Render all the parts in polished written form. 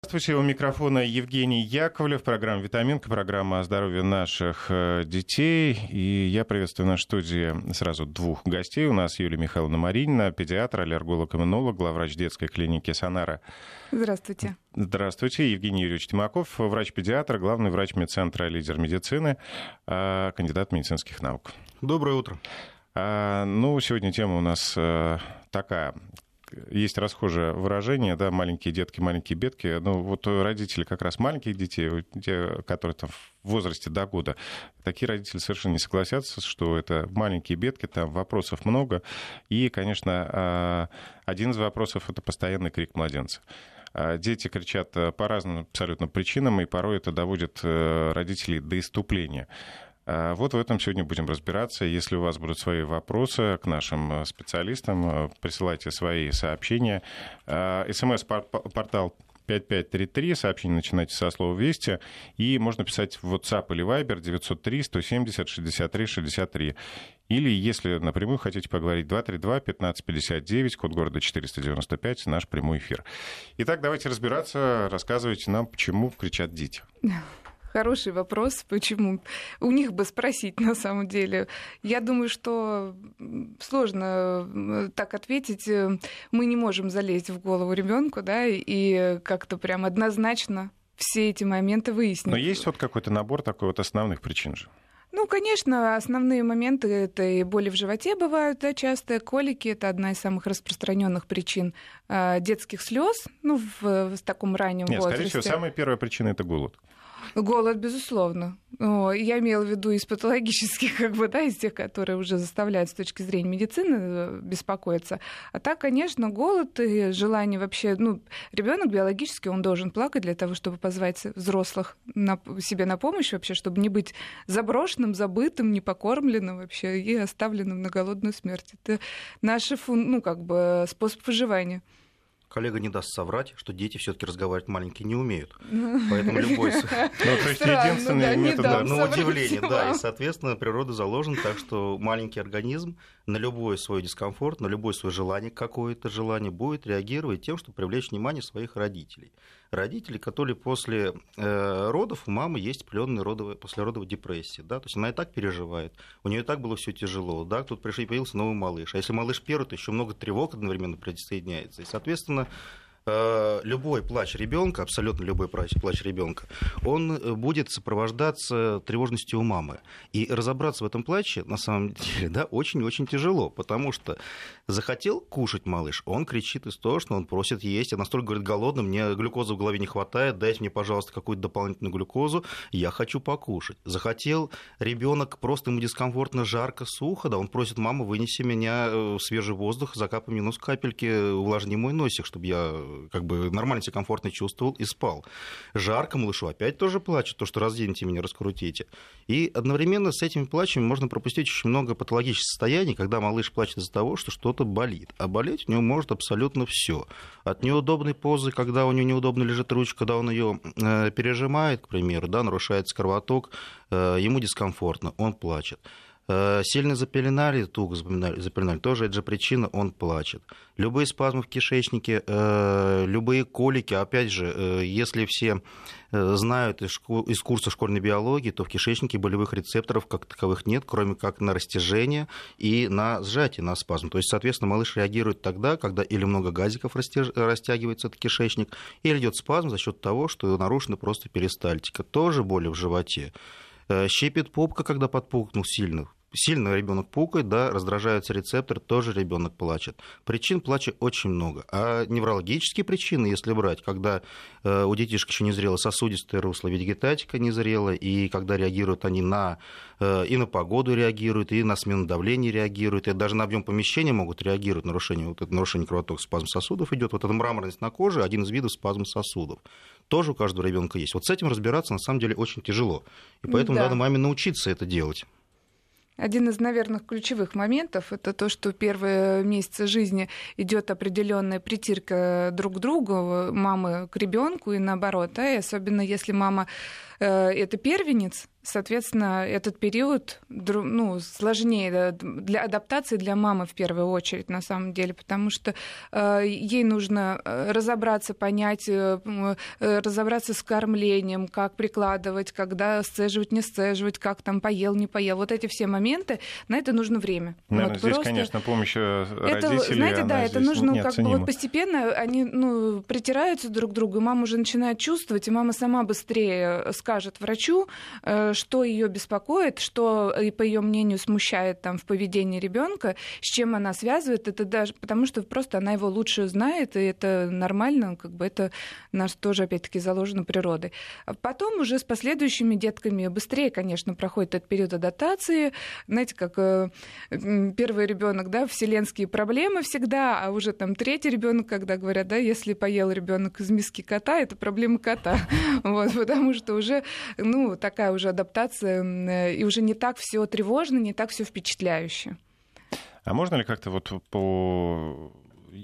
Здравствуйте, у микрофона Евгений Яковлев, программа «Витаминка», программа о здоровье наших детей. И я приветствую в нашей студии сразу двух гостей. У нас Юлия Михайловна Маринина, педиатр, аллерголог-иммунолог, главврач детской клиники «Сонара». Здравствуйте. Здравствуйте. Евгений Юрьевич Тимаков, врач-педиатр, главный врач медцентра «Лидер медицины», кандидат медицинских наук. Доброе утро. Сегодня тема у нас такая. Есть расхожее выражение, да, маленькие детки, маленькие бедки. Родители как раз маленьких детей, те, которые там в возрасте до года, такие родители совершенно не согласятся, что это маленькие бедки, там вопросов много. И, конечно, один из вопросов — это постоянный крик младенца. Дети кричат по разным абсолютно причинам, и порой это доводит родителей до исступления. Вот в этом сегодня будем разбираться. Если у вас будут свои вопросы к нашим специалистам, присылайте свои сообщения. СМС-портал 5533, сообщение начинайте со слова «Вести», и можно писать в WhatsApp или Viber 903-170-63-63. Или, если напрямую хотите поговорить, 232-1559, код города 495, наш прямой эфир. Итак, давайте разбираться, рассказывайте нам, почему кричат дети. Хороший вопрос, почему? У них бы спросить, на самом деле. Я думаю, что сложно так ответить. Мы не можем залезть в голову ребенку, да, и как-то прям однозначно все эти моменты выяснить. Но есть вот какой-то набор такой вот основных причин же? Конечно, основные моменты — это и боли в животе бывают, да, часто, колики — это одна из самых распространенных причин детских слез, в таком раннем возрасте. Скорее всего, самая первая причина — это голод. Голод, безусловно. Я имела в виду из патологических, из тех, которые уже заставляют с точки зрения медицины беспокоиться. А так, конечно, голод и желание вообще... Ребенок биологически, он должен плакать для того, чтобы позвать взрослых себе на помощь вообще, чтобы не быть заброшенным, забытым, непокормленным вообще и оставленным на голодную смерть. Это наш способ выживания. Коллега не даст соврать, что дети все-таки разговаривать маленькие не умеют. Поэтому любой... единственный метод... На удивление, да. И, соответственно, природа заложена так, что маленький организм на любой свой дискомфорт, на любое свое желание, какое-то желание, будет реагировать тем, чтобы привлечь внимание своих родителей. Родители, которые после родов, у мамы есть определенная послеродовая депрессия. Да? То есть она и так переживает, у нее и так было все тяжело. Да? Тут появился новый малыш. А если малыш первый, то еще много тревог одновременно присоединяется. И, соответственно, любой плач ребенка, абсолютно любой плач ребенка, он будет сопровождаться тревожностью у мамы. И разобраться в этом плаче, на самом деле, да, очень-очень тяжело, потому что захотел кушать малыш, он кричит истошно, он просит есть, я настолько, говорит, голодный, мне глюкозы в голове не хватает, дайте мне, пожалуйста, какую-то дополнительную глюкозу, я хочу покушать. Захотел ребенок, просто ему дискомфортно, жарко, сухо, да, он просит: мама, вынеси меня в свежий воздух, закапай мне нос капельки, увлажни мой носик, чтобы я нормально себя комфортно чувствовал и спал. Жарко малышу, опять тоже плачет, то, что разденьте меня, раскрутите. И одновременно с этими плачами можно пропустить очень много патологических состояний, когда малыш плачет из-за того, что что-то болит. А болеть у него может абсолютно все. От неудобной позы, когда у него неудобно лежит ручка, когда он ее пережимает, к примеру, да, нарушается кровоток, ему дискомфортно, он плачет. Сильно запеленали, туго запеленали, тоже это же причина, он плачет. Любые спазмы в кишечнике, любые колики, опять же, если все знают из курса школьной биологии, то в кишечнике болевых рецепторов как таковых нет, кроме как на растяжение и на сжатие, на спазм. То есть, соответственно, малыш реагирует тогда, когда или много газиков растягивается этот кишечник, или идет спазм за счет того, что нарушена просто перистальтика. Тоже боли в животе. Щипет попка, когда подпухнул сильно. Сильно ребенок пукает, да, раздражаются рецепторы, тоже ребенок плачет. Причин плача очень много. А неврологические причины, если брать, когда у детишек еще не зрело сосудистое русло, вегетатика не зрела, и когда реагируют они и на погоду реагируют, и на смену давления реагируют, и даже на объем помещения могут реагировать, нарушение кровотока, спазм сосудов идет. Вот эта мраморность на коже — один из видов спазма сосудов. Тоже у каждого ребенка есть. Вот с этим разбираться на самом деле очень тяжело. И поэтому надо маме научиться это делать. Один из, наверное, ключевых моментов — это то, что первые месяцы жизни идет определенная притирка друг к другу, мамы к ребенку и наоборот. Да? И особенно если мама это первенец, Соответственно, этот период сложнее для адаптации для мамы в первую очередь, на самом деле, потому что ей нужно разобраться, понять, разобраться с кормлением, как прикладывать, когда сцеживать, не сцеживать, как там поел, не поел. Вот эти все моменты, на это нужно время. Наверное, здесь, конечно, помощь родителей. Знаете, да, это нужно как бы постепенно, они притираются друг к другу, и мама уже начинает чувствовать, и мама сама быстрее скажет врачу, что ее беспокоит, что, по ее мнению, смущает там в поведении ребенка, с чем она связывает, это даже потому, что просто она его лучше знает, и это нормально, как бы это нас тоже опять-таки заложено природой. Потом уже с последующими детками быстрее, конечно, проходит этот период адаптации. Знаете, как первый ребенок, да, вселенские проблемы всегда, а уже там третий ребенок, когда говорят, да, если поел ребенок из миски кота, это проблема кота, вот, потому что уже, такая уже адаптация, и уже не так все тревожно, не так все впечатляюще. А можно ли как-то вот по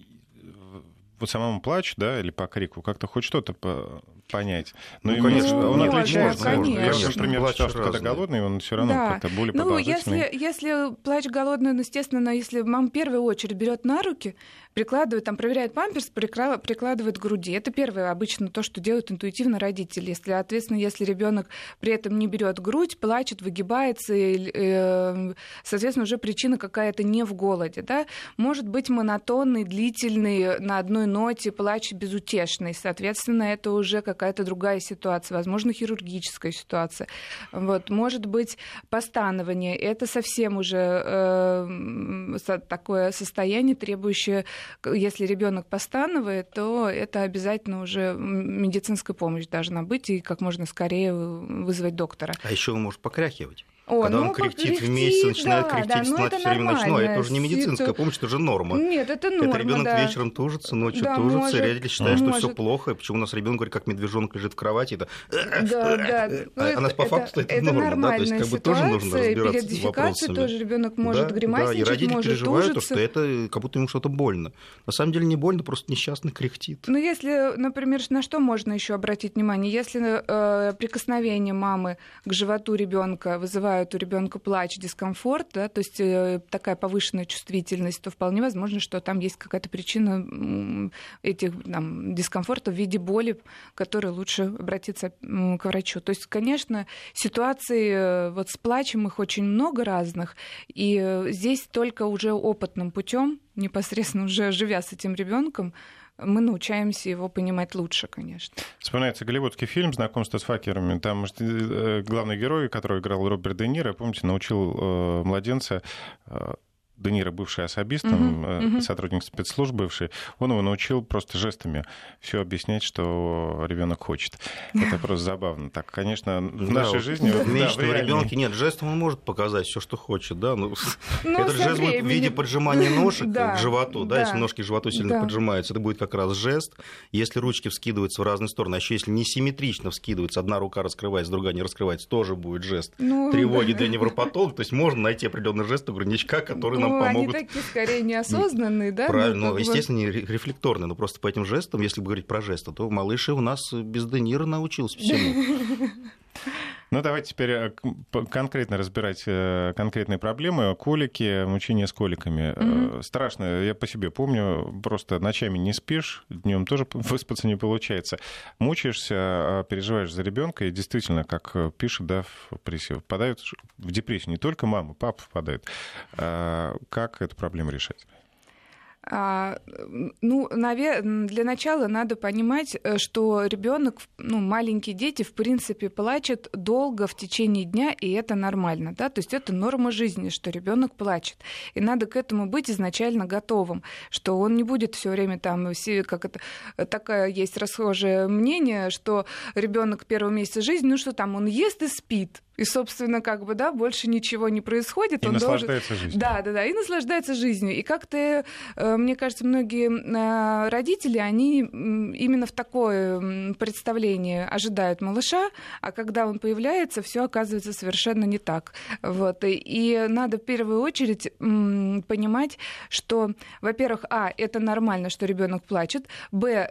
самому плачу, да, или по крику, как-то хоть что-то понять? Конечно, он отличается. Конечно. Я, например, читал, что когда голодный, он все равно как-то более продолжительный. Если плач голодный, естественно, если мама в первую очередь берет на руки, прикладывает, там, проверяет памперс, прикладывает к груди. Это первое обычно то, что делают интуитивно родители. Если ребенок при этом не берет грудь, плачет, выгибается, соответственно, уже причина какая-то не в голоде. Да? Может быть монотонный, длительный, на одной ноте плач безутешный. Соответственно, это уже какая-то другая ситуация, возможно, хирургическая ситуация. Вот. Может быть постанование. Это совсем уже такое состояние, требующее. Если ребенок постанывает, то это обязательно уже медицинская помощь должна быть, и как можно скорее вызвать доктора. А еще он может покряхивать. Когда он кряхтит в месяц, начинает кряхтеть, становится все время ночной, а это уже не медицинская помощь, это уже норма. Нет, это норма, это ребенок вечером тужится, ночью тужится, родители считают, что все плохо, почему у нас ребенок говорит, как медвежонок лежит в кровати, а нас по факту это норма, да, то есть как бы тоже нужно разбираться с вопросами. Тоже ребенок может гримасничать, и родители может переживают, тужиться. что это как будто ему что-то больно. На самом деле не больно, просто несчастно кряхтит. Если, например, на что можно еще обратить внимание, если прикосновение мамы к животу ребенка вызывают у ребенка плач, дискомфорт, да, то есть такая повышенная чувствительность, то вполне возможно, что там есть какая-то причина этих дискомфорта в виде боли, к которой лучше обратиться к врачу. То есть, конечно, ситуаций вот с плачем их очень много разных, и здесь только уже опытным путем, непосредственно уже живя с этим ребенком, мы научаемся его понимать лучше, конечно. Вспоминается голливудский фильм «Знакомство с факерами». Там главный герой, которого играл Роберт Де Ниро, помните, научил младенца, Де Ниро, бывший особистом, сотрудник спецслужб бывший, он его научил просто жестами все объяснять, что ребенок хочет. Это просто забавно. Так, конечно, в нашей жизни... В месячном ребенке нет, жестом он может показать все, что хочет, да. Этот жест будет в виде поджимания ножек к животу, да, если ножки к животу сильно поджимаются, это будет как раз жест. Если ручки вскидываются в разные стороны, а еще если несимметрично вскидываются, одна рука раскрывается, другая не раскрывается, тоже будет жест тревоги для невропатолога. То есть можно найти определенный жест у грудничка, который нам помогут. Они такие скорее неосознанные, да? Правильно, естественно, не рефлекторные, но просто по этим жестам, если говорить про жесты, то малыш и у нас без Де Ниро научился всему. Ну, давайте теперь конкретно разбирать конкретные проблемы. Колики, мучения с коликами. Страшно, я по себе помню, просто ночами не спишь, днем тоже выспаться не получается. Мучаешься, переживаешь за ребенка, и действительно, как пишут, да, в прессе, впадают в депрессию. Не только мама, папа впадает. Как эту проблему решать? Для начала надо понимать, что ребенок, маленькие дети, в принципе, плачут долго в течение дня, и это нормально, да, то есть это норма жизни, что ребенок плачет, и надо к этому быть изначально готовым, что он не будет все время там, такое есть расхожее мнение, что ребенок первого месяца жизни, он ест и спит. И, собственно, больше ничего не происходит. И наслаждается жизнью. Да, и наслаждается жизнью. И как-то, мне кажется, многие родители, они именно в такое представление ожидают малыша, а когда он появляется, все оказывается совершенно не так. Вот. И надо в первую очередь понимать, что, во-первых, это нормально, что ребенок плачет,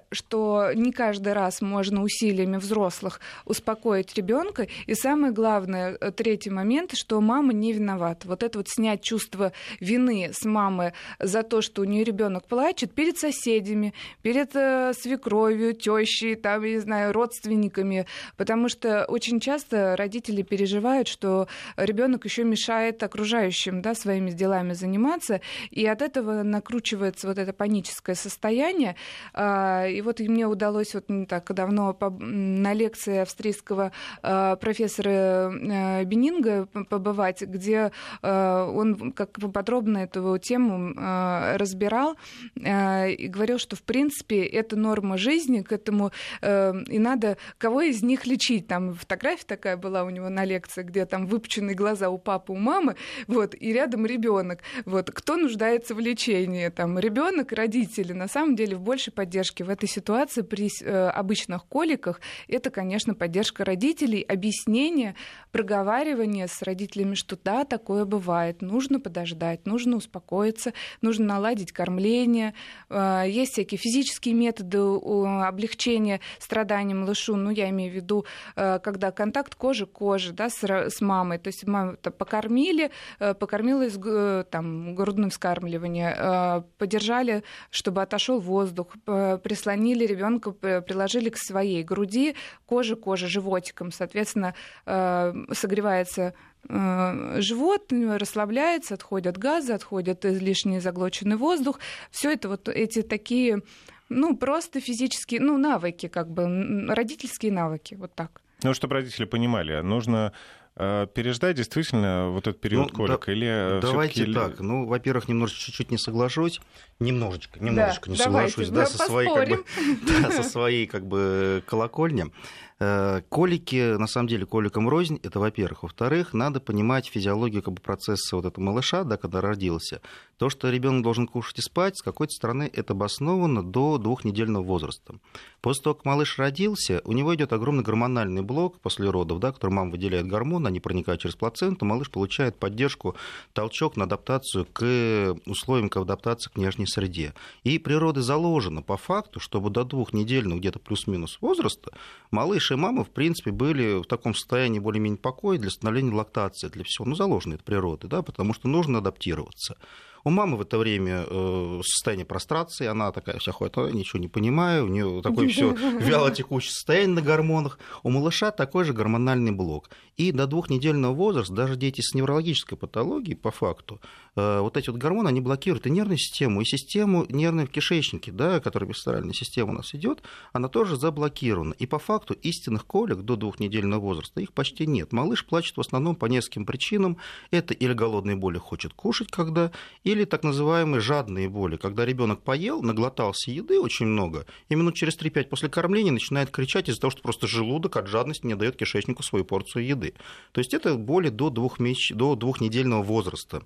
что не каждый раз можно усилиями взрослых успокоить ребенка, и самое главное, главное, третий момент, что мама не виновата. Вот это вот снять чувство вины с мамы за то, что у нее ребенок плачет перед соседями, перед свекровью, тещей, там, я не знаю, родственниками, потому что очень часто родители переживают, что ребенок еще мешает окружающим, да, своими делами заниматься, и от этого накручивается вот это паническое состояние. И вот мне удалось вот не так давно на лекции австрийского профессора Бенинга побывать, где он как подробно эту тему разбирал и говорил, что в принципе это норма жизни, к этому и надо кого из них лечить. Там фотография такая была у него на лекции, где там выпученные глаза у папы, у мамы, вот, и рядом ребенок. Вот, кто нуждается в лечении? Там ребенок, родители. На самом деле в большей поддержке в этой ситуации при обычных коликах это, конечно, поддержка родителей, объяснение, проговаривание с родителями, что да, такое бывает, нужно подождать, нужно успокоиться, нужно наладить кормление. Есть всякие физические методы облегчения страданий малышу, ну, я имею в виду, когда контакт кожи к коже, да, с мамой, то есть маму покормила там, грудным вскармливанием, подержали, чтобы отошел воздух, прислонили ребенка, приложили к своей груди, кожа к коже, животиком, соответственно, согревается живот, расслабляется, отходят газы, отходит излишний заглоченный воздух. Все это вот эти такие, ну, просто физические, ну, навыки, как бы, родительские навыки, вот так. Ну, чтобы родители понимали, нужно переждать действительно вот этот период колик? Или давайте так. Ну, во-первых, чуть-чуть не соглашусь. Немножечко не соглашусь, да, со своей как бы колокольни. Колики, на самом деле, коликам рознь, это во-первых. Во-вторых, надо понимать физиологию как бы процесса вот этого малыша, да, когда родился. То, что ребенок должен кушать и спать, с какой-то стороны это обосновано до 2-недельного возраста. После того, как малыш родился, у него идет огромный гормональный блок после родов, да, который мама выделяет гормоны, они проникают через плаценту, малыш получает поддержку, толчок на адаптацию к условиям к адаптации к внешней среде. И природа заложена по факту, чтобы до 2-недельного где-то плюс-минус возраста малыш и мама, в принципе, были в таком состоянии более-менее покоя для становления лактации, для всего. Ну, заложено это природой, да, потому что нужно адаптироваться. У мамы в это время состояние прострации, она такая вся ходит, ничего не понимаю, у нее такое все вялотекущее состояние на гормонах. У малыша такой же гормональный блок. И до 2-недельного возраста даже дети с неврологической патологией, по факту, вот эти вот гормоны, они блокируют и нервную систему, и систему нервной в кишечнике, да, которая висцеральная система у нас идет, она тоже заблокирована. И по факту истинных колик до 2-недельного возраста их почти нет. Малыш плачет в основном по нескольким причинам. Это или голодные боли, хочет кушать когда, или так называемые жадные боли, когда ребенок поел, наглотался еды очень много, и минут через 3-5 после кормления начинает кричать из-за того, что просто желудок от жадности не дает кишечнику свою порцию еды. То есть это боли до 2-недельного возраста.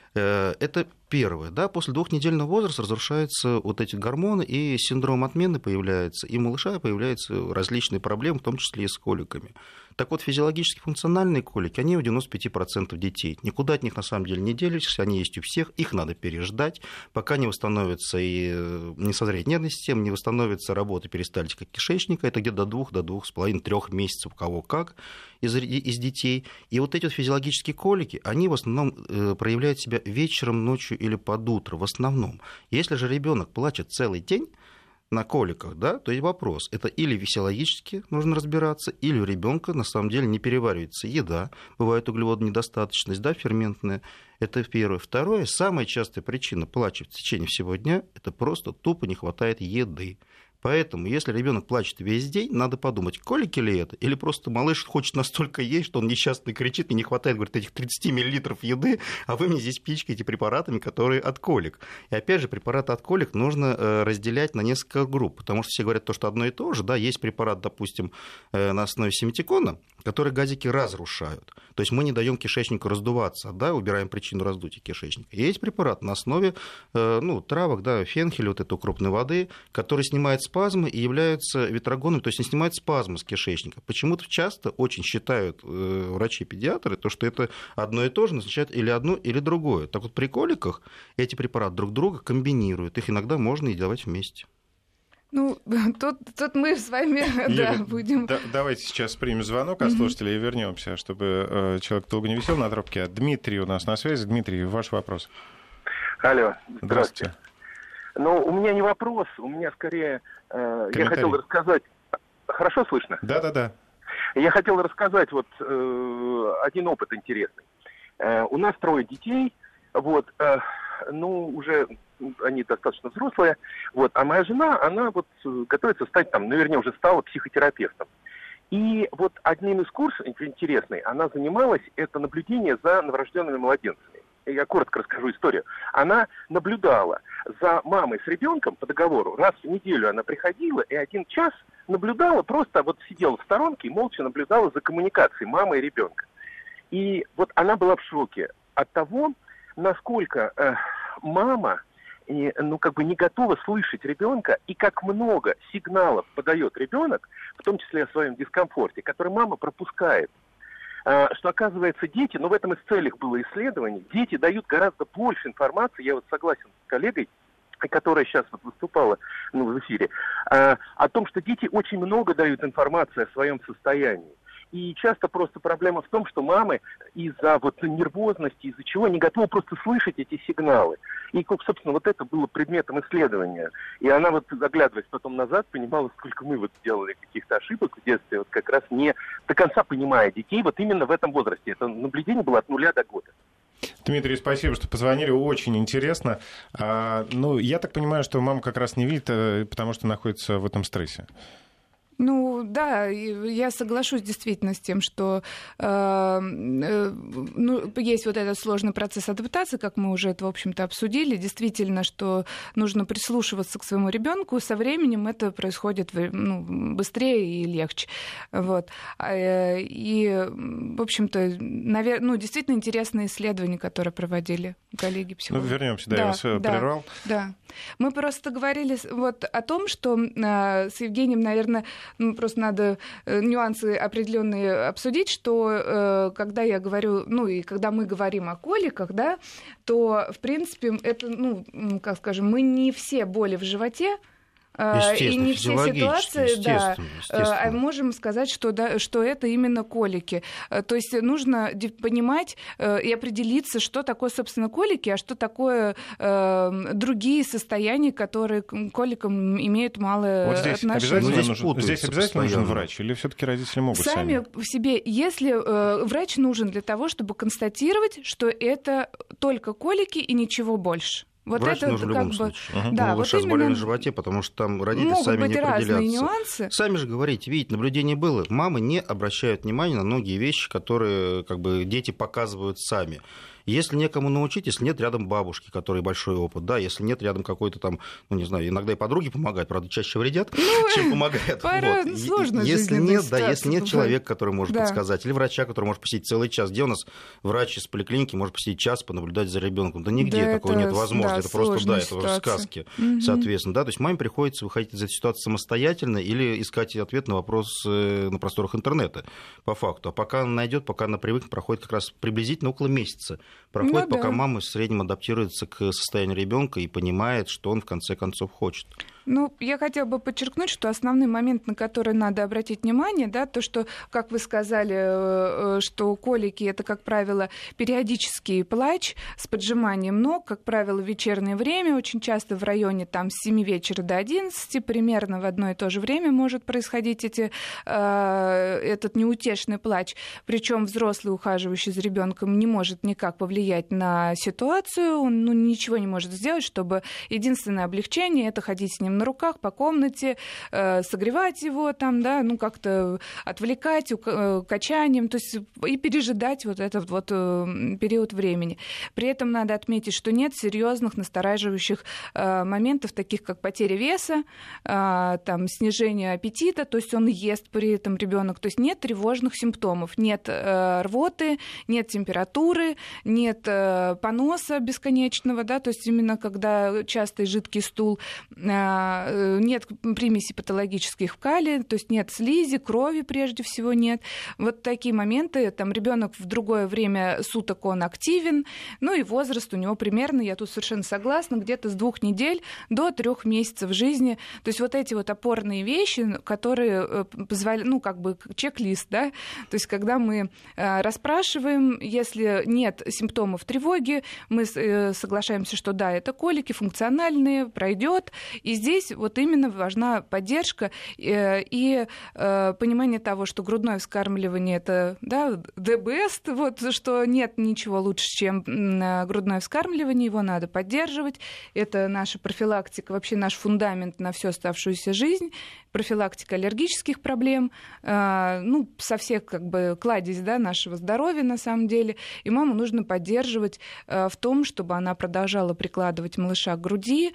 Это первое. Да? После 2-недельного возраста разрушаются вот эти гормоны, и синдром отмены появляется, и у малыша появляются различные проблемы, в том числе и с коликами. Так вот, физиологически функциональные колики, они у 95% детей. Никуда от них на самом деле не делишься, они есть у всех, их надо переждать, пока не восстановится и не созреет нервная система, не восстановится работа перистальтика кишечника, это где-то до 2,5-3 месяцев, у кого как, из детей. И вот эти вот физиологические колики, они в основном проявляют себя вечером, ночью или под утро, в основном. Если же ребенок плачет целый день на коликах, да, то есть вопрос, это или физиологически нужно разбираться, или у ребенка на самом деле не переваривается еда, бывает углеводная недостаточность, да, ферментная, это первое. Второе, самая частая причина плача в течение всего дня, это просто тупо не хватает еды. Поэтому, если ребенок плачет весь день, надо подумать, колики ли это, или просто малыш хочет настолько есть, что он несчастный кричит, мне не хватает, говорит, этих 30 мл еды, а вы мне здесь пичкаете препаратами, которые от колик. И опять же, препараты от колик нужно разделять на несколько групп, потому что все говорят то, что одно и то же, да, есть препарат, допустим, на основе симетикона, которые газики разрушают. То есть мы не даем кишечнику раздуваться, да, убираем причину раздутия кишечника. Есть препарат на основе травок, да, фенхеля, вот этой крупной воды, который снимает спазмы и являются ветрогонами, то есть не снимает спазмы с кишечника. Почему-то часто очень считают врачи-педиатры, то, что это одно и то же, означает или одно, или другое. Так вот при коликах эти препараты друг друга комбинируют, их иногда можно и давать вместе. Ну, тут мы с вами Юля, будем... Давайте сейчас примем звонок от слушателей и вернемся, чтобы человек долго не висел на трубке. Дмитрий у нас на связи. Дмитрий, ваш вопрос. Алло, Здравствуйте. Ну, у меня не вопрос, у меня скорее... Я хотел рассказать... Хорошо слышно? Да. Я хотел рассказать вот один опыт интересный. У нас 3 детей, вот, ну, уже они достаточно взрослые, вот, а моя жена, она вот готовится стать там, вернее, уже стала психотерапевтом. И вот одним из курсов, интересный, она занималась, это наблюдение за новорожденными младенцами. Я коротко расскажу историю. Она наблюдала за мамой с ребенком по договору. Раз в неделю она приходила и 1 час наблюдала, просто вот сидела в сторонке и молча наблюдала за коммуникацией мамы и ребенка. И вот она была в шоке от того, насколько мама не готова слышать ребенка и как много сигналов подает ребенок, в том числе о своем дискомфорте, который мама пропускает. Что, оказывается, дети, в этом из целях было исследование, дети дают гораздо больше информации, я вот согласен с коллегой, которая сейчас вот выступала в эфире, о том, что дети очень много дают информации о своем состоянии. И часто просто проблема в том, что мамы из-за нервозности, из-за чего не готовы просто слышать эти сигналы. И, собственно, это было предметом исследования. И она заглядываясь потом назад, понимала, сколько мы делали каких-то ошибок в детстве, как раз не до конца понимая детей, именно в этом возрасте. Это наблюдение было от 0 до года. Дмитрий, спасибо, что позвонили, очень интересно. Я так понимаю, что мама как раз не видит, потому что находится в этом стрессе. Ну, да, я соглашусь действительно с тем, что есть вот этот сложный процесс адаптации, как мы уже это, в общем-то, обсудили. Действительно, что нужно прислушиваться к своему ребенку. Со временем это происходит быстрее и легче. Вот. И, в общем-то, действительно интересные исследования, которые проводили коллеги-психологи. Вернемся, я вас прервал. Да. Мы просто говорили о том, что с Евгением, наверное, просто надо нюансы определенные обсудить, что когда я говорю, и когда мы говорим о коликах, да, то, в принципе, это, мы не все боли в животе, и не все ситуации, можем сказать, что это именно колики. То есть нужно понимать и определиться, что такое, собственно, колики, а что такое другие состояния, которые к коликам имеют малое отношение. Здесь обязательно нужен врач, или все-таки родители могут сами? В себе, если врач нужен для того, чтобы констатировать, что это только колики и ничего больше. Врач нужен в любом случае. Да, сейчас болели в животе, потому что там родители сами не определятся. Сами же говорите, видите, наблюдение было. Мамы не обращают внимания на многие вещи, которые дети показывают сами. Если некому научить, если нет рядом бабушки, которой большой опыт, да, если нет рядом какой-то там, иногда и подруги помогают, правда, чаще вредят, чем помогают. Сложно если нет человека, который может подсказать, или врача, который может посидеть целый час. Где у нас врач из поликлиники может посидеть час, понаблюдать за ребенком? Да нигде такого нет возможности. Это просто, это уже сказки, соответственно. Да, то есть маме приходится выходить из этой ситуации самостоятельно или искать ответ на вопрос на просторах интернета, по факту. А пока она найдет, пока она привыкнет, проходит как раз приблизительно около месяца. Пока мама в среднем адаптируется к состоянию ребенка и понимает, что он в конце концов хочет. Я хотела бы подчеркнуть, что основной момент, на который надо обратить внимание, да, то, что, как вы сказали, что колики — это, как правило, периодический плач с поджиманием ног, как правило, в вечернее время, очень часто в районе с 7 вечера до 11, примерно в одно и то же время может происходить этот неутешный плач. Причем взрослый, ухаживающий за ребенком, не может никак повлиять на ситуацию, он ничего не может сделать, чтобы единственное облегчение — это ходить с ним на руках по комнате, согревать его как-то отвлекать качанием, то есть и пережидать этот период времени. При этом надо отметить, что нет серьезных настораживающих моментов, таких как потеря веса, снижение аппетита, то есть он ест при этом ребенок, то есть нет тревожных симптомов, нет рвоты, нет температуры, нет поноса бесконечного, да, то есть именно когда частый жидкий стул, нет примесей патологических в калии, то есть нет слизи, крови прежде всего нет. Вот такие моменты, там ребенок в другое время суток он активен, ну и возраст у него примерно, я тут совершенно согласна, где-то с 2 недель до 3 месяцев жизни. То есть вот эти вот опорные вещи, которые позволяют, ну как бы чек-лист, да, то есть когда мы расспрашиваем, если нет симптомов тревоги, мы соглашаемся, что да, это колики функциональные, пройдет. И здесь вот именно важна поддержка и понимание того, что грудное вскармливание это, да, the best, вот, что нет ничего лучше, чем грудное вскармливание, его надо поддерживать. Это наша профилактика, вообще наш фундамент на всю оставшуюся жизнь, профилактика аллергических проблем, ну, со всех как бы кладезь, да, нашего здоровья на самом деле. И маму нужно поддерживать в том, чтобы она продолжала прикладывать малыша к груди,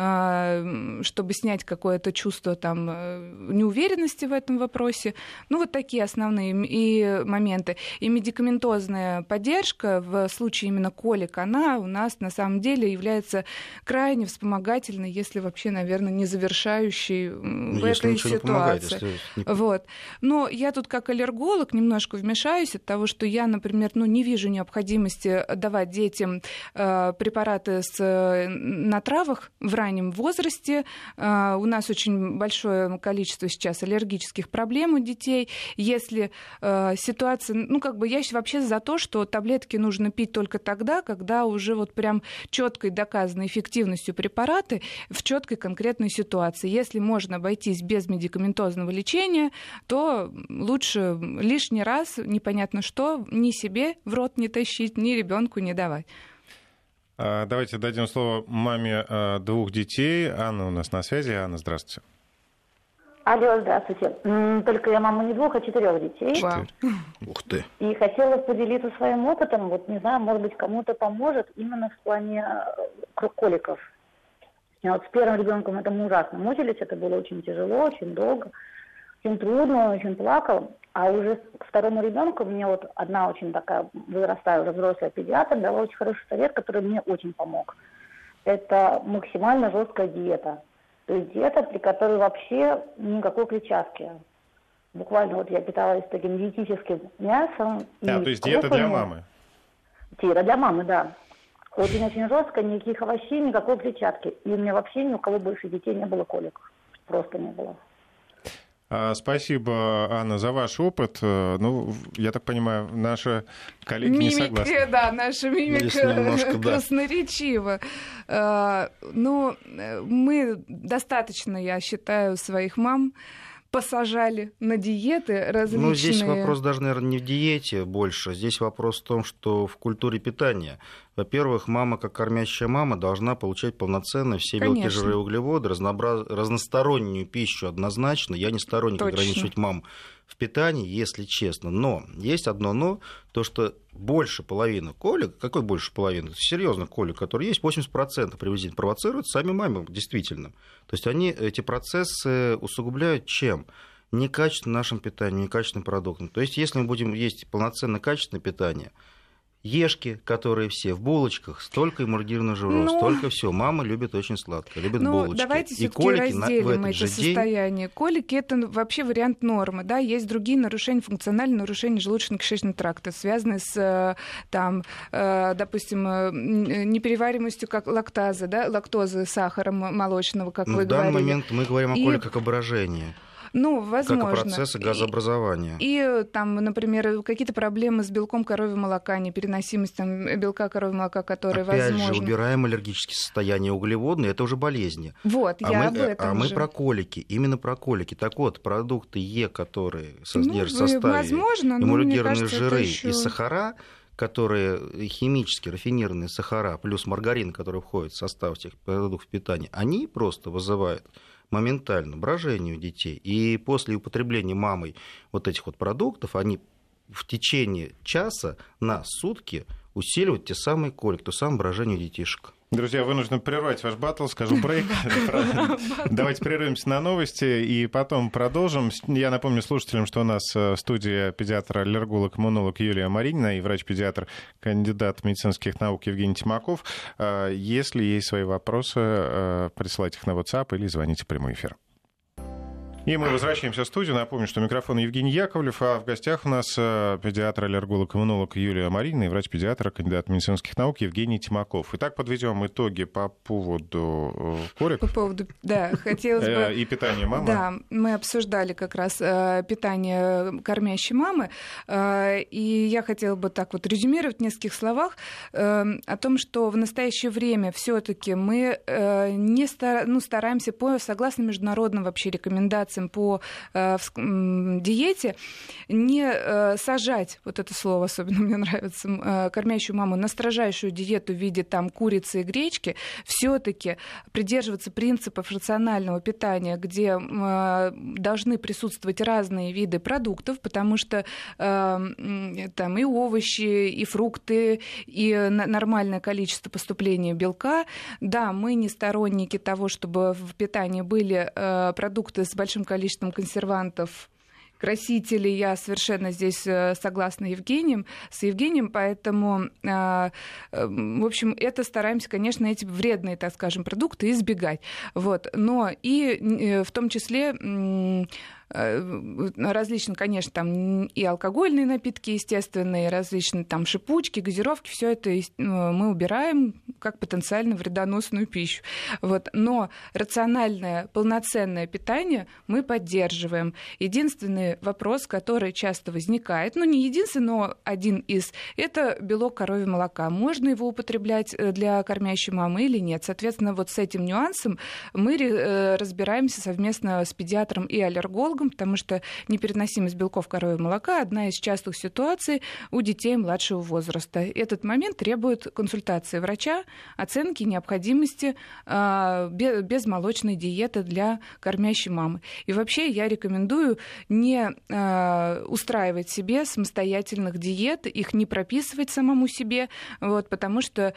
чтобы снять какое-то чувство там неуверенности в этом вопросе. Ну, вот такие основные и моменты. И медикаментозная поддержка в случае именно колик, она у нас на самом деле является крайне вспомогательной, если вообще, наверное, не завершающей в этой ситуации. Вот. Но я тут как аллерголог немножко вмешаюсь от того, что я, например, ну, не вижу необходимости давать детям препараты на травах в раннем возрасте. У нас очень большое количество сейчас аллергических проблем у детей. Если ситуация... Ну, как бы я вообще за то, что таблетки нужно пить только тогда, когда уже вот прям четкой доказанной эффективностью препараты в четкой конкретной ситуации. Если можно обойтись без медикаментозного лечения, то лучше лишний раз непонятно что ни себе в рот не тащить, ни ребенку не давать. Давайте дадим слово маме 2 детей. Анна у нас на связи. Анна, здравствуйте. Алло, здравствуйте. Только я мама не 2, а 4 детей. Ух ты. И хотела поделиться своим опытом. Вот не знаю, может быть, кому-то поможет именно в плане коликов. Вот с первым ребенком это мы ужасно мучились, это было очень тяжело, очень долго, очень трудно, очень плакал. А уже к второму ребенку мне вот одна очень такая вырастая уже взрослая педиатр дала очень хороший совет, который мне очень помог. Это максимально жесткая диета. То есть диета, при которой вообще никакой клетчатки. Буквально вот я питалась таким диетическим мясом. То есть диета для мамы? Диета для мамы, да. Очень-очень жестко, никаких овощей, никакой клетчатки. И у меня вообще ни у кого больше детей не было колик. Просто не было. Спасибо, Анна, за ваш опыт. Ну, я так понимаю, наши коллеги не согласны. Да, наша мимика красноречива. Ну, мы достаточно, я считаю, своих мам посажали на диеты различные. Ну, здесь вопрос даже, наверное, не в диете больше. Здесь вопрос в том, что в культуре питания. Во-первых, мама, как кормящая мама, должна получать полноценно все белки, жиры и углеводы, разностороннюю пищу однозначно. Я не сторонник ограничивать мам в питании, если честно. Но есть одно но, то что больше половины колик, какой больше половины? Серьезных колик, которые есть, 80% приблизительно провоцируют сами мамы, действительно. То есть они эти процессы усугубляют чем? Некачественным нашим питанием, некачественным продуктом. То есть если мы будем есть полноценно качественное питание, ешки, которые все в булочках, столько эмульгированного жира, столько всего. Мама любит очень сладкое, любит булочки. Давайте все-таки разделим это состояние. Колики — это вообще вариант нормы. Да? Есть другие нарушения, функциональные нарушения желудочно-кишечного тракта, связанные с, там, допустим, неперевариваемостью как лактазы, да? Лактозы, сахара молочного, как вы говорили. В данный момент мы говорим о коликах как о брожении. Ну, возможно. Как о процессе газообразования. И там, например, какие-то проблемы с белком коровьего молока, непереносимость там, белка коровьего молока, которые возможны. Опять же, убираем аллергические состояния углеводные, это уже болезни. Вот, я об этом мы про колики, именно про колики. Так вот, продукты Е, которые содержат в составе эмульгированные жиры и сахара, которые химически рафинированные сахара, плюс маргарин, который входит в состав этих продуктов питания, они просто вызывают моментально брожение у детей. И после употребления мамой вот этих вот продуктов, они в течение часа на сутки усиливают те самые колики, то самое брожение у детишек. Друзья, вынужден прервать ваш баттл, скажу брейк. Давайте прервемся на новости и потом продолжим. Я напомню слушателям, что у нас в студии педиатр-аллерголог-иммунолог Юлия Маринина и врач-педиатр, кандидат медицинских наук Евгений Тимаков. Если есть свои вопросы, присылайте их на WhatsApp или звоните в прямой эфир. И мы возвращаемся в студию. Напомню, что микрофон Евгений Яковлев, а в гостях у нас педиатр, аллерголог, иммунолог Юлия Маринина и врач-педиатр, кандидат медицинских наук Евгений Тимаков. Итак, подведем итоги по поводу колик. По поводу, да, хотелось бы... И питания мамы. Да, мы обсуждали как раз питание кормящей мамы, и я хотела бы так вот резюмировать в нескольких словах о том, что в настоящее время все-таки мы стараемся согласно международным вообще рекомендациям по диете, не сажать, вот это слово особенно мне нравится, кормящую маму на строжайшую диету в виде там курицы и гречки, все-таки придерживаться принципов рационального питания, где должны присутствовать разные виды продуктов, потому что там и овощи, и фрукты, и нормальное количество поступления белка. Да, мы не сторонники того, чтобы в питании были продукты с большим количеством консервантов, красителей. Я совершенно здесь согласна с Евгением, поэтому, в общем, это стараемся, конечно, эти вредные, так скажем, продукты избегать. Вот. Но и в том числе различные, конечно, там и алкогольные напитки, естественные, различные там шипучки, газировки, все это мы убираем как потенциально вредоносную пищу. Вот. Но рациональное, полноценное питание мы поддерживаем. Единственный вопрос, который часто возникает, не единственный, но один из, это белок коровьего молока. Можно его употреблять для кормящей мамы или нет? Соответственно, вот с этим нюансом мы разбираемся совместно с педиатром и аллергологом, потому что непереносимость белков коровьего молока – одна из частых ситуаций у детей младшего возраста. Этот момент требует консультации врача, оценки необходимости безмолочной диеты для кормящей мамы. И вообще я рекомендую не устраивать себе самостоятельных диет, их не прописывать самому себе, потому что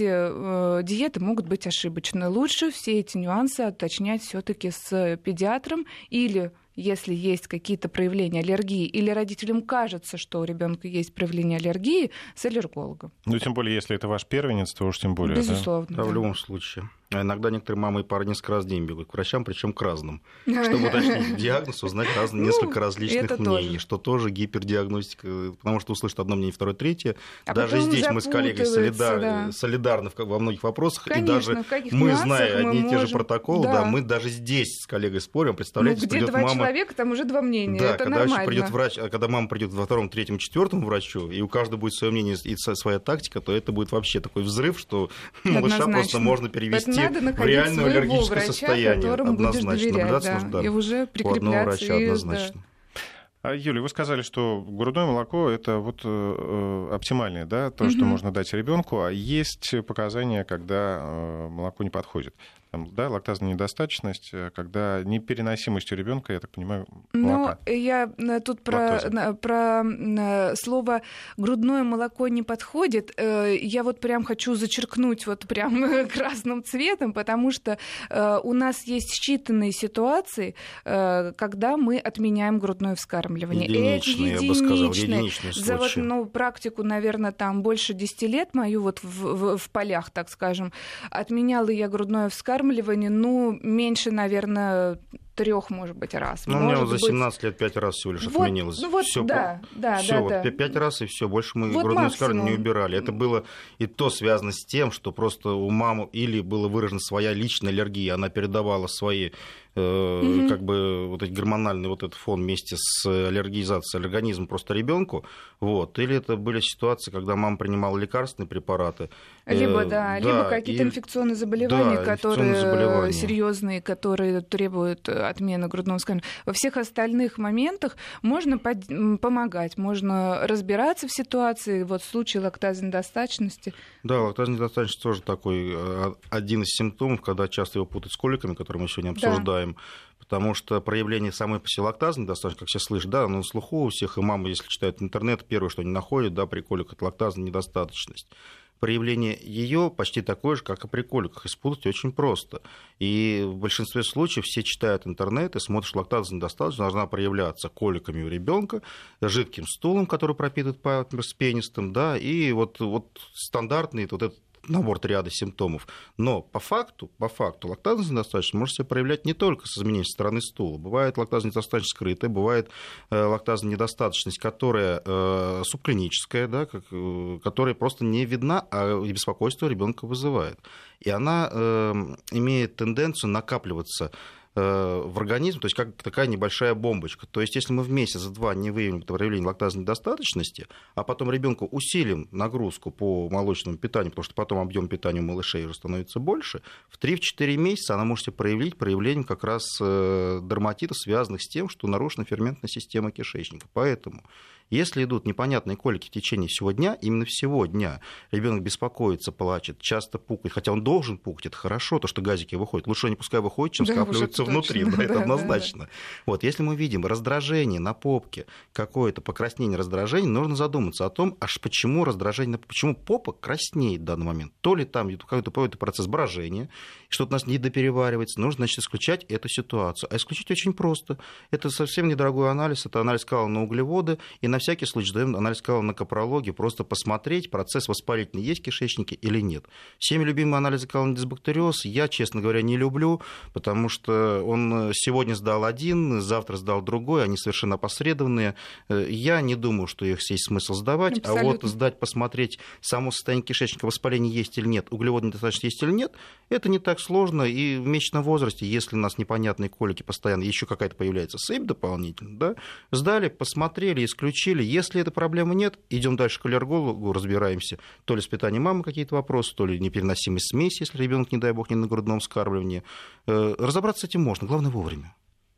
эти диеты могут быть ошибочны. Лучше все эти нюансы уточнять все-таки с педиатром или если есть какие-то проявления аллергии, или родителям кажется, что у ребенка есть проявление аллергии, с аллергологом. Тем более, если это ваш первенец, то уж тем более. Безусловно. Да, в любом случае. А иногда некоторые мамы и пары несколько раз в день бегают к врачам, причем к разным, чтобы уточнить диагноз, узнать несколько различных мнений, что тоже гипердиагностика, потому что услышат одно мнение, второе, третье. Даже здесь мы с коллегой солидарны во многих вопросах, и даже мы, зная одни и те же протоколы, мы даже здесь с коллегой спорим, представляете, где два человека, там уже два мнения, это нормально. Да, придет врач, когда мама придет во втором, третьем, четвертом врачу, и у каждого будет свое мнение и своя тактика, то это будет вообще такой взрыв, что малыша просто можно перевести в реальное аллергическое состояние. Однозначно. И уже прикрепляться. Однозначно. Юлия, вы сказали, что грудное молоко – это оптимальное, да, то, что можно дать ребенку, а есть показания, когда молоко не подходит. Лактазная недостаточность, когда непереносимость у ребенка, я так понимаю, молока. Я тут про слово «грудное молоко не подходит». Я прям хочу зачеркнуть прям красным цветом, потому что у нас есть считанные ситуации, когда мы отменяем грудное вскармливание. Единичные, я бы сказал, единичные случаи. За практику, наверное, там больше 10 лет мою в полях, так скажем, отменяла я грудное вскармливание, меньше, наверное, 3, может быть, раз. У меня за 17 лет 5 раз всего лишь отменилось. Всё, 5 раз и все. Больше мы грудное вскармливание не убирали. Это было и то связано с тем, что просто у мамы или была выражена своя личная аллергия, она передавала свои эти гормональный этот фон вместе с аллергизацией организма просто ребенку. Или это были ситуации, когда мама принимала лекарственные препараты. Либо какие-то инфекционные заболевания, которые серьезные, которые требуют отмены грудного вскармливания. Во всех остальных моментах можно помогать, можно разбираться в ситуации. В случае лактазной недостаточности. Да, лактазная недостаточность тоже такой один из симптомов, когда часто его путают с коликами, которые мы сегодня обсуждаем. Потому что проявление самой по себе лактазной недостаточности, как все слышат, на слуху у всех, и мамы, если читают интернет, первое, что они находят, при коликах, это лактазная недостаточность. проявление ее почти такое же, как и при коликах. Испутать очень просто. И в большинстве случаев все читают интернет и смотрят, что лактазная недостаточность должна проявляться коликами у ребенка, жидким стулом, который пропитывает памперс с пенистым, да, и вот стандартный вот этот набор ряда симптомов. Но по факту лактазная недостаточность может себя проявлять не только с изменением стороны стула. Бывает лактазная недостаточность скрытая, бывает лактазная недостаточность, которая субклиническая, да, которая просто не видна, а беспокойство ребенка вызывает. И она имеет тенденцию накапливаться в организм, то есть как такая небольшая бомбочка. То есть если мы в месяц-два не выявим проявление лактазной недостаточности, а потом ребенку усилим нагрузку по молочному питанию, потому что потом объем питания у малышей уже становится больше, в 3-4 месяца она может себя проявить проявлением как раз дерматитов, связанных с тем, что нарушена ферментная система кишечника. Поэтому если идут непонятные колики в течение всего дня, именно всего дня, ребенок беспокоится, плачет, часто пукает, хотя он должен пукать, это хорошо, то, что газики выходят. Лучше они пускай выходят, чем скапливаются внутри, да, это однозначно. Да. Вот, если мы видим раздражение на попке, какое-то покраснение, раздражение, нужно задуматься о том, аж почему раздражение, почему попа краснеет в данный момент. То ли там какой-то процесс брожения, что-то у нас недопереваривается, нужно, значит, исключать эту ситуацию. А исключить очень просто. Это совсем недорогой анализ, это анализ кала на углеводы, и на всякий случай даем анализ кала на капрологию, просто посмотреть, процесс воспалительный есть в кишечнике или нет. Всеми любимые анализы кала на дисбактериоз я, честно говоря, не люблю, потому что он сегодня сдал один, завтра сдал другой, они совершенно опосредованные. Я не думаю, что их есть смысл сдавать, абсолютно. А вот сдать, посмотреть само состояние кишечника, воспаление есть или нет, углеводы недостаточно есть или нет, это не так сложно, и в месячном возрасте, если у нас непонятные колики постоянно, еще какая-то появляется сыпь дополнительно, да, сдали, посмотрели, исключили. Если этой проблемы нет, идем дальше к аллергологу, разбираемся, то ли с питанием мамы какие-то вопросы, то ли непереносимость смеси, если ребенок, не дай бог, не на грудном вскармливании. Разобраться с этим можно, главное вовремя.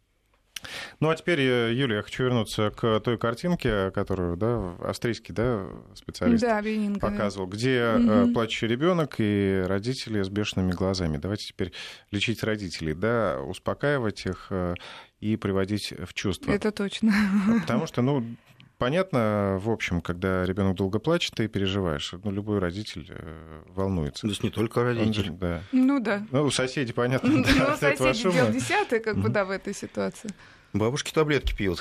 Ну, а теперь, Юлия, я хочу вернуться к той картинке, которую, да, австрийский, да, специалист показывал, где плачущий ребенок и родители с бешеными глазами. Давайте теперь лечить родителей, да, успокаивать их и приводить в чувство. Это точно. Потому что, ну, понятно, в общем, когда ребенок долго плачет, ты переживаешь. Ну, любой родитель волнуется. То есть не только родитель. Да. Ну да. Ну, соседи, понятно. Ну, соседи дело десятое, как бы, да, в этой ситуации. Бабушки таблетки пьют.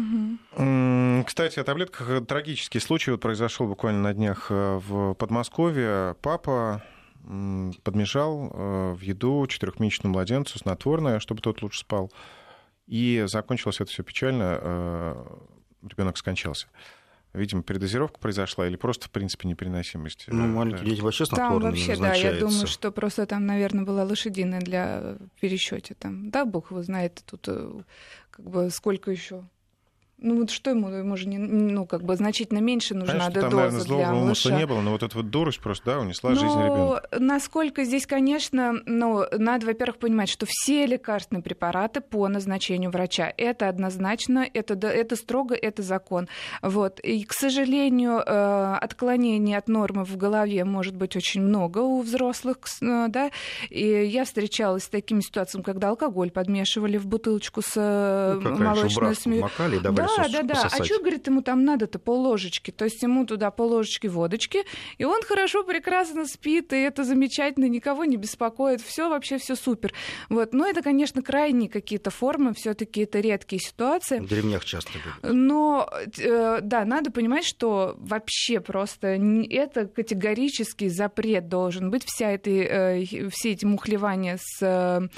Кстати, о таблетках. Трагический случай вот произошел буквально на днях в Подмосковье. Папа подмешал в еду 4-месячному младенцу снотворное, чтобы тот лучше спал. И закончилось это все печально. Ребенок скончался. Видимо, передозировка произошла или просто, в принципе, непереносимость. Ну, маленькие дети вообще снотворными назначаются. Там вообще, да, я думаю, что просто там, наверное, была лошадиная для пересчёте. Там, да, бог его знает, тут как бы сколько еще. Ну вот что ему же не, ну, как бы значительно меньше нужна доза для малыша. Злого умысла не было, но вот эта вот дурость просто, да, унесла жизнь ребенка. Насколько здесь, конечно, надо, во-первых, понимать, что все лекарственные препараты по назначению врача. Это однозначно, это строго, это закон. Вот. И, к сожалению, отклонений от нормы в голове может быть очень много у взрослых, да. И я встречалась с такими ситуациями, когда алкоголь подмешивали в бутылочку с молочной смесью. Да. А что, говорит, ему там надо-то пол-ложечки? То есть ему туда пол-ложечки водочки, и он хорошо, прекрасно спит, и это замечательно, никого не беспокоит, все вообще все супер. Вот. Но это, конечно, крайние какие-то формы, все-таки это редкие ситуации. В деревнях часто любят. Но, да, надо понимать, что вообще просто это категорический запрет должен быть. Все эти мухлевания с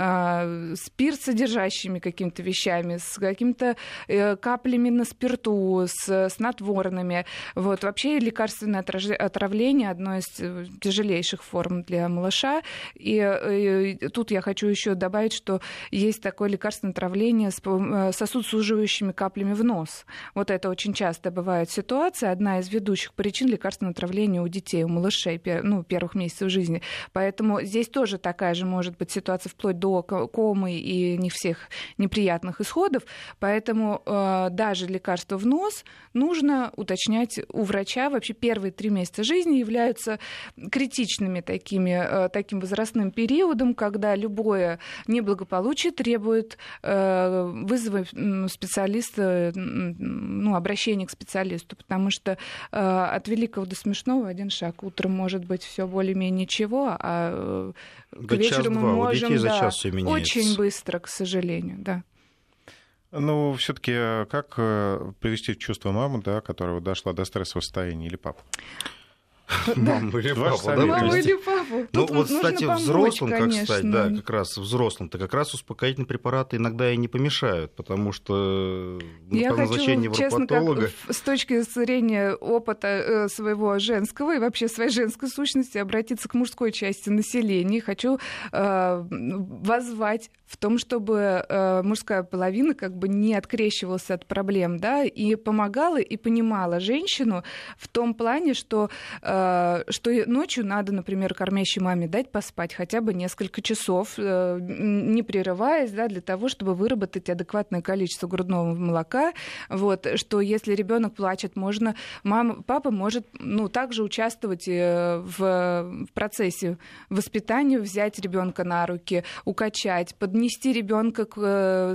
спирт-содержащими какими-то вещами, с каким-то каплями на спирту, с снотворными. Вот. Вообще лекарственное отравление — одно из тяжелейших форм для малыша. И тут я хочу еще добавить, что есть такое лекарственное отравление с сосудосуживающими каплями в нос. Вот это очень часто бывает ситуация. Одна из ведущих причин лекарственного отравления у детей, у малышей, первых месяцев жизни. Поэтому здесь тоже такая же может быть ситуация вплоть до комы и не всех неприятных исходов. Поэтому даже лекарство в нос нужно уточнять у врача. Вообще первые 3 месяца жизни являются критичными таким возрастным периодом, когда любое неблагополучие требует вызова специалиста, обращения к специалисту, потому что от великого до смешного один шаг. Утром может быть все более-менее ничего, а к вечеру мы можем очень быстро, к сожалению, да. Ну, все-таки как привести в чувство маму, да, которая дошла до стрессового состояния, или папу? Маму или папу, да? Маму или папу. Ну, вот, кстати, взрослым, как раз взрослым-то как раз успокоительные препараты иногда и не помешают, потому что по назначению невропатолога... Честно, с точки зрения опыта своего женского и вообще своей женской сущности обратиться к мужской части населения. Хочу воззвать в том, чтобы мужская половина как бы не открещивалась от проблем, да, и помогала, и понимала женщину в том плане, что ночью надо, например, кормящей маме дать поспать хотя бы несколько часов, не прерываясь, да, для того, чтобы выработать адекватное количество грудного молока. Вот, что если ребенок плачет, папа может также участвовать в процессе воспитания, взять ребенка на руки, укачать, поднести ребенка к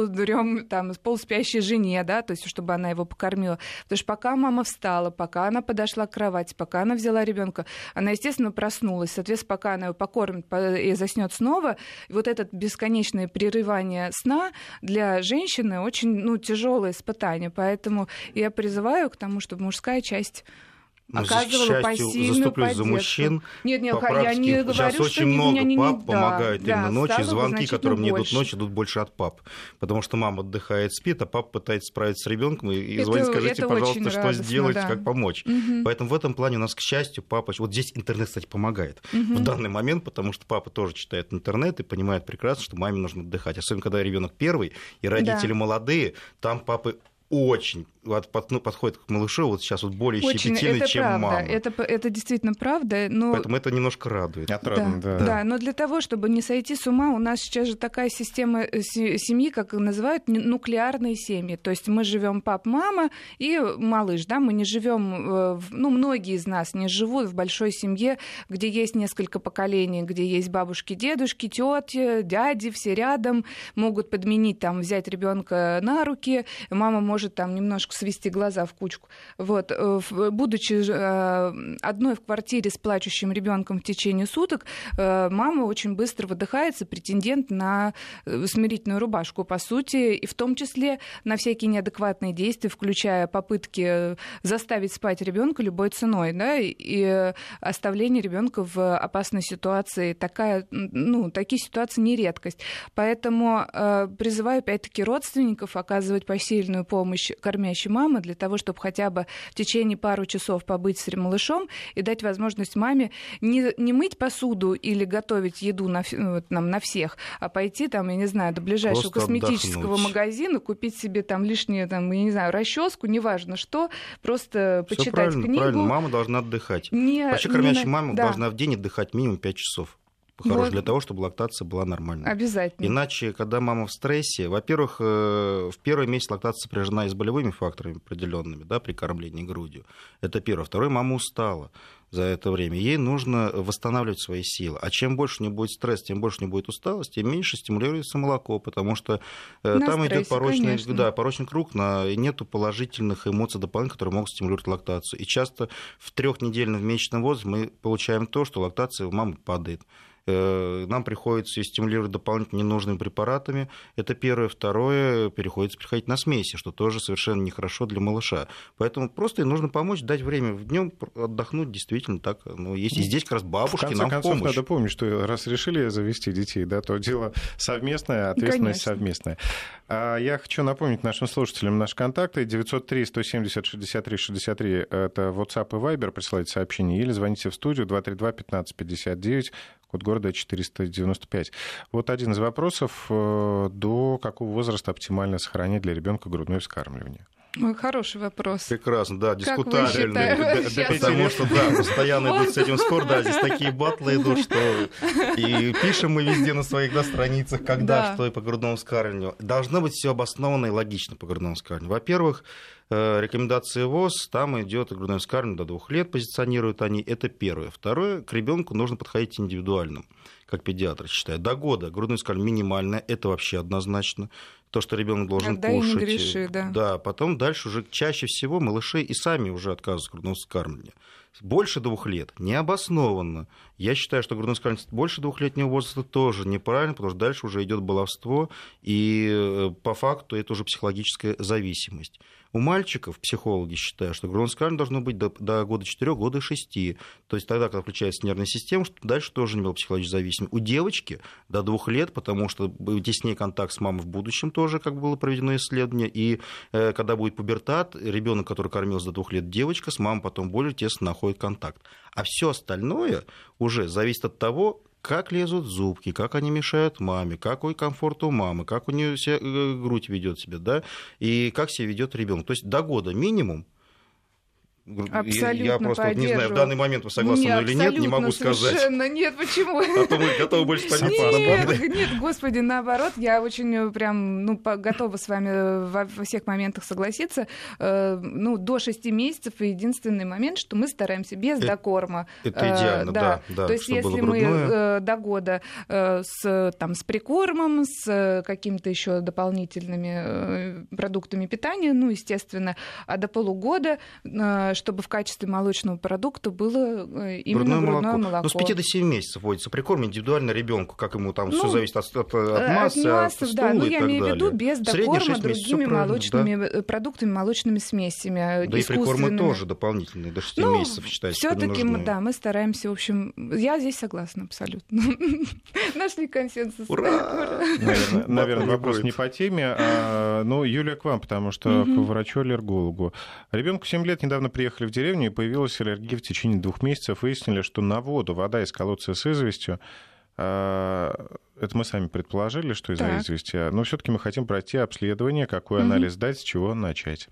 полуспящей жене, да, то есть чтобы она его покормила. Потому что пока мама встала, пока она подошла к кровати, пока она взяла ребенка, она, естественно, проснулась. Соответственно, пока она его покормит и заснет снова, и вот это бесконечное прерывание сна для женщины очень тяжелое испытание. Поэтому я призываю к тому, чтобы мужская часть оказывала посильную поддержку. За мужчин. Нет, я не говорю, сейчас что очень много пап помогают именно ночью, звонки, которые мне идут ночью, идут больше от пап. Потому что мама отдыхает, спит, а папа пытается справиться с ребенком и звонит, скажите, пожалуйста, что сделать, как помочь. Поэтому в этом плане у нас, к счастью, папа... Вот здесь интернет, кстати, помогает в данный момент, потому что папа тоже читает интернет и понимает прекрасно, что маме нужно отдыхать. Особенно, когда ребенок первый, и родители молодые, там папы очень подходит к малышу вот сейчас вот более щепетильный, чем правда. мама. Это действительно правда. Но... Поэтому это немножко радует. Да, но для того, чтобы не сойти с ума, у нас сейчас же такая система семьи, как называют, нуклеарные семьи. То есть мы живем пап-мама и малыш. Да? Мы не живем, многие из нас не живут в большой семье, где есть несколько поколений, где есть бабушки, дедушки, тети, дяди, все рядом, могут подменить, взять ребенка на руки, мама может немножко свести глаза в кучку. Вот. Будучи одной в квартире с плачущим ребенком в течение суток, мама очень быстро выдыхается, претендент на смирительную рубашку, по сути, и в том числе на всякие неадекватные действия, включая попытки заставить спать ребенка любой ценой, да, и оставление ребенка в опасной ситуации. Такие ситуации не редкость. Поэтому призываю, опять-таки, родственников оказывать посильную помощь кормящей мамы для того, чтобы хотя бы в течение пару часов побыть с малышом и дать возможность маме не мыть посуду или готовить еду на всех, а пойти до ближайшего просто косметического магазина, купить себе лишнее, расческу, неважно что, просто всё почитать книгу. Правильно, мама должна отдыхать. Вообще кормящая мама должна в день отдыхать минимум 5 часов. Для того, чтобы лактация была нормальной. Обязательно. Иначе, когда мама в стрессе, во-первых, в первый месяц лактация сопряжена и с болевыми факторами определенными, да, при кормлении грудью. Это первое. Второе, мама устала за это время. Ей нужно восстанавливать свои силы. А чем больше не будет стресса, тем больше не будет усталости, тем меньше стимулируется молоко, потому что там идет порочный круг, и нету положительных эмоций дополнительных, которые могут стимулировать лактацию. И часто в 3-недельном месячном возрасте мы получаем то, что лактация у мамы падает. Нам приходится стимулировать дополнительно ненужными препаратами. Это первое. Второе, приходится приходить на смеси, что тоже совершенно нехорошо для малыша. Поэтому просто нужно помочь, дать время в днем отдохнуть, действительно так. Есть. И здесь как раз бабушки нам в помощь. В конце концов, надо помнить, что раз решили завести детей, да, то дело совместное, ответственность совместная. Я хочу напомнить нашим слушателям наши контакты. 903-170-63-63 это WhatsApp и Viber. Присылайте сообщение или звоните в студию 232-1559, код города 495. Вот один из вопросов. До какого возраста оптимально сохранять для ребенка грудное вскармливание? Хороший вопрос. Прекрасно, да, дискутабельный. Потому что, постоянно идут с этим спор, здесь такие батлы идут, что и пишем мы везде на своих страницах, когда, что и по грудному вскармливанию. Должно быть все обоснованно и логично по грудному вскармливанию. Во-первых, рекомендации ВОЗ, там идет грудное вскармливание до 2 лет, позиционируют они, это первое. Второе, к ребенку нужно подходить индивидуально, как педиатр считает. До года грудное вскармливание минимальное, это вообще однозначно. То, что ребенок должен кушать. Не греши, да, потом дальше уже чаще всего малыши и сами уже отказываются от грудного вскармливания. Больше 2 лет необоснованно. Я считаю, что грудное вскармливание больше 2-летнего возраста тоже неправильно, потому что дальше уже идет баловство, и по факту это уже психологическая зависимость. У мальчиков психологи считают, что грудное вскармливание должно быть до года 4, года 6. То есть тогда, когда включается нервная система, чтобы дальше тоже не было психологической зависимости. У девочки до 2 лет, потому что теснее контакт с мамой в будущем тоже, как было проведено исследование. И когда будет пубертат, ребенок, который кормился до 2 лет, девочка, с мамой потом более тесно находит контакт. А все остальное уже зависит от того, как лезут зубки, как они мешают маме, какой комфорт у мамы, как у нее грудь ведет себя, да, и как себя ведет ребенок. То есть до года минимум. Абсолютно я просто не знаю, в данный момент вы согласны или нет, не могу сказать. Совершенно нет, почему? А то мы готовы больше спать. Нет, господи, наоборот, я очень прям готова с вами во всех моментах согласиться. До 6 месяцев единственный момент, что мы стараемся без докорма. Это идеально, да. То есть если мы до года с прикормом, с какими-то еще дополнительными продуктами питания, естественно, а до полугода, чтобы в качестве молочного продукта было именно грудное молоко. С 5 до 7 месяцев вводится прикорм индивидуально ребенку, как ему там все зависит от массы, от стула да, и так я имею в виду без докорма другими молочными продуктами, молочными смесями. Да и прикормы тоже дополнительные, до 6 месяцев считается, что все-таки мы стараемся, в общем, я здесь согласна абсолютно. Нашли консенсус. Ура! Наверное, вопрос не по теме, но Юлия, к вам, потому что к врачу-аллергологу. Ребенку 7 лет, недавно приехали в деревню, и появилась аллергия в течение 2 месяцев. Выяснили, что на воду, вода из колодца с известью, это мы сами предположили, что из-за извести, но все-таки мы хотим пройти обследование, какой анализ дать, с чего начать.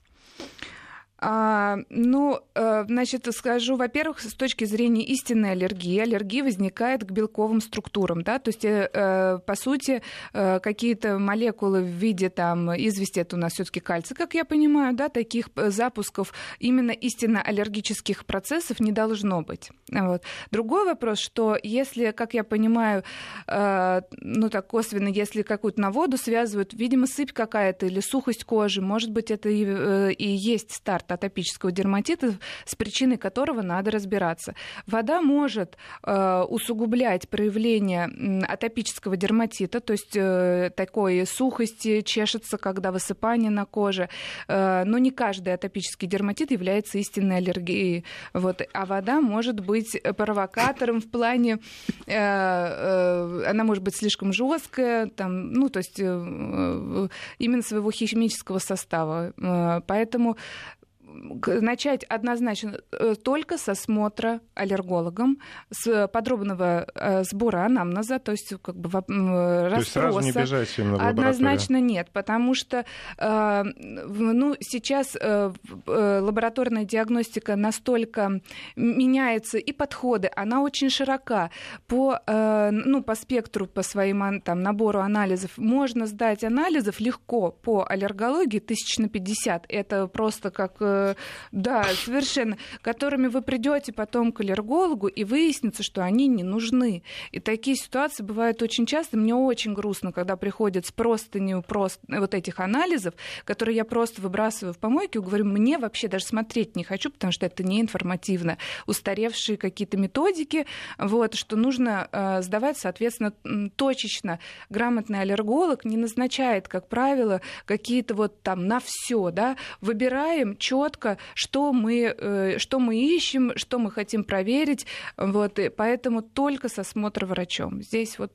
Значит, скажу, во-первых, с точки зрения истинной аллергии, аллергия возникает к белковым структурам, да, то есть, по сути, какие-то молекулы в виде извести, это у нас все-таки кальций, как я понимаю, да, таких запусков именно истинно аллергических процессов не должно быть. Вот. Другой вопрос, что если, как я понимаю, так косвенно, если какую-то на воду связывают, видимо, сыпь какая-то или сухость кожи, может быть, это и есть старт атопического дерматита, с причиной которого надо разбираться. Вода может усугублять проявление атопического дерматита, то есть такой сухости, чешется, когда высыпание на коже, но не каждый атопический дерматит является истинной аллергией. Вот. А вода может быть провокатором в плане, она может быть слишком жесткая, то есть именно своего химического состава. Поэтому начать однозначно только с осмотра аллергологом, с подробного сбора анамнеза, то есть расспроса. То есть сразу не бежать именно в лабораторию? Однозначно нет, потому что сейчас лабораторная диагностика настолько меняется, и подходы, она очень широка по спектру, по своим набору анализов. Можно сдать анализов легко по аллергологии 1050. Это просто как... Да, совершенно. Которыми вы придете потом к аллергологу, и выяснится, что они не нужны. И такие ситуации бывают очень часто. Мне очень грустно, когда приходят с простынью вот этих анализов, которые я просто выбрасываю в помойку и говорю, мне вообще даже смотреть не хочу, потому что это не информативно. Устаревшие какие-то методики, что нужно сдавать, соответственно, точечно. Грамотный аллерголог не назначает, как правило, какие-то на все, да, выбираем четко, что мы ищем, что мы хотим проверить, и поэтому только с осмотра врачом. Здесь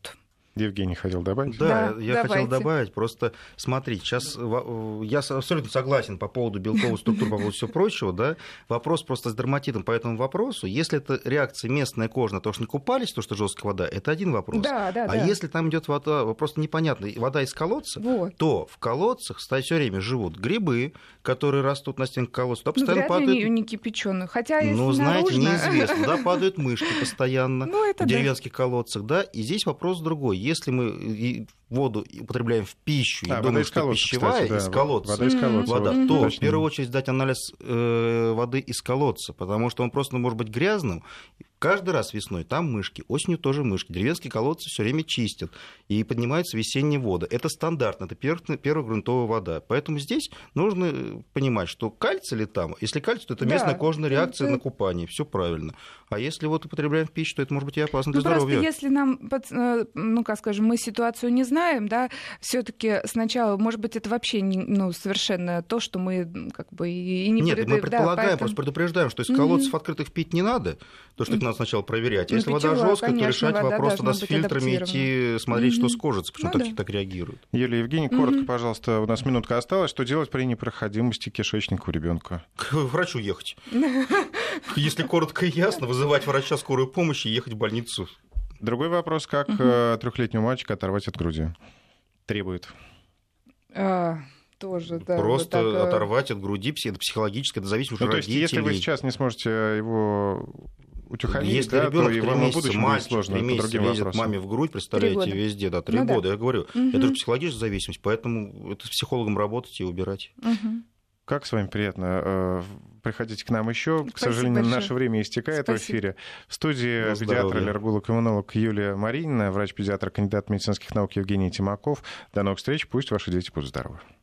Евгений хотел добавить? Да, Да, я давайте. хотел добавить, просто смотрите, сейчас я абсолютно согласен по поводу белковой структуры, по поводу всего прочего, да, вопрос просто с дерматитом по этому вопросу, если это реакция местная кожа на то, что не купались, то, что жесткая вода, это один вопрос. Да. Если там идет вода, просто непонятно, вода из колодца, Вот. то в колодцах, кстати, все время живут грибы, которые растут на стенках колодца, туда постоянно вряд ли падают... не кипяченую. Хотя, если Ну, знаете, наружно... неизвестно. Туда падают мышки постоянно Это в деревенских колодцах, да. И здесь вопрос другой. Если мы воду употребляем в пищу и думаем, что колодца, пищевая кстати, из колодца, вода из колодца, вода, вот, то в точнее. первую очередь сдать анализ воды из колодца, потому что он просто может быть грязным. Каждый раз весной там мышки, осенью тоже мышки. Деревенские колодцы все время чистят и поднимаются весенние воды. Это стандартно, это первая грунтовая вода. Поэтому здесь нужно понимать, что кальций ли там. Если кальций, то это местная кожная реакция на купание. Все правильно. А если вот употребляем в пищу, то это может быть и опасно для здоровья. Просто если нам, ну, как скажем, мы ситуацию не знаем, да, все-таки сначала, может быть, это вообще совершенно то, что мы как бы и не Нет, мы предполагаем, просто предупреждаем, что из колодцев открытых пить не надо, то, что их надо сначала проверять. А если вода жесткая, то решать вопрос тогда с фильтрами, идти смотреть, что с кожицей, почему так реагирует. Юлия, Евгений, коротко, пожалуйста, у нас минутка осталась. Что делать при непроходимости кишечника у ребенка? К врачу ехать. Если коротко и ясно, вызывать врача скорой помощи и ехать в больницу. Другой вопрос, как трехлетнего мальчика оторвать от груди? Требует. Тоже, да. Просто вот так, оторвать от груди, это психологическое, это зависит уже от родителей. То есть, если вы сейчас не сможете его утюховить, если да, ребенок то его в будущем будет сложно, 3 месяца лезет маме в грудь, представляете, везде, 3 года, я говорю, это же психологическая зависимость, поэтому это с психологом работать и убирать. Как с вами приятно. Приходите к нам еще. К сожалению, большое. наше время истекает в эфире. В студии педиатр-аллерголог-иммунолог Юлия Маринина, врач-педиатр, кандидат медицинских наук Евгений Тимаков. До новых встреч. Пусть ваши дети будут здоровы.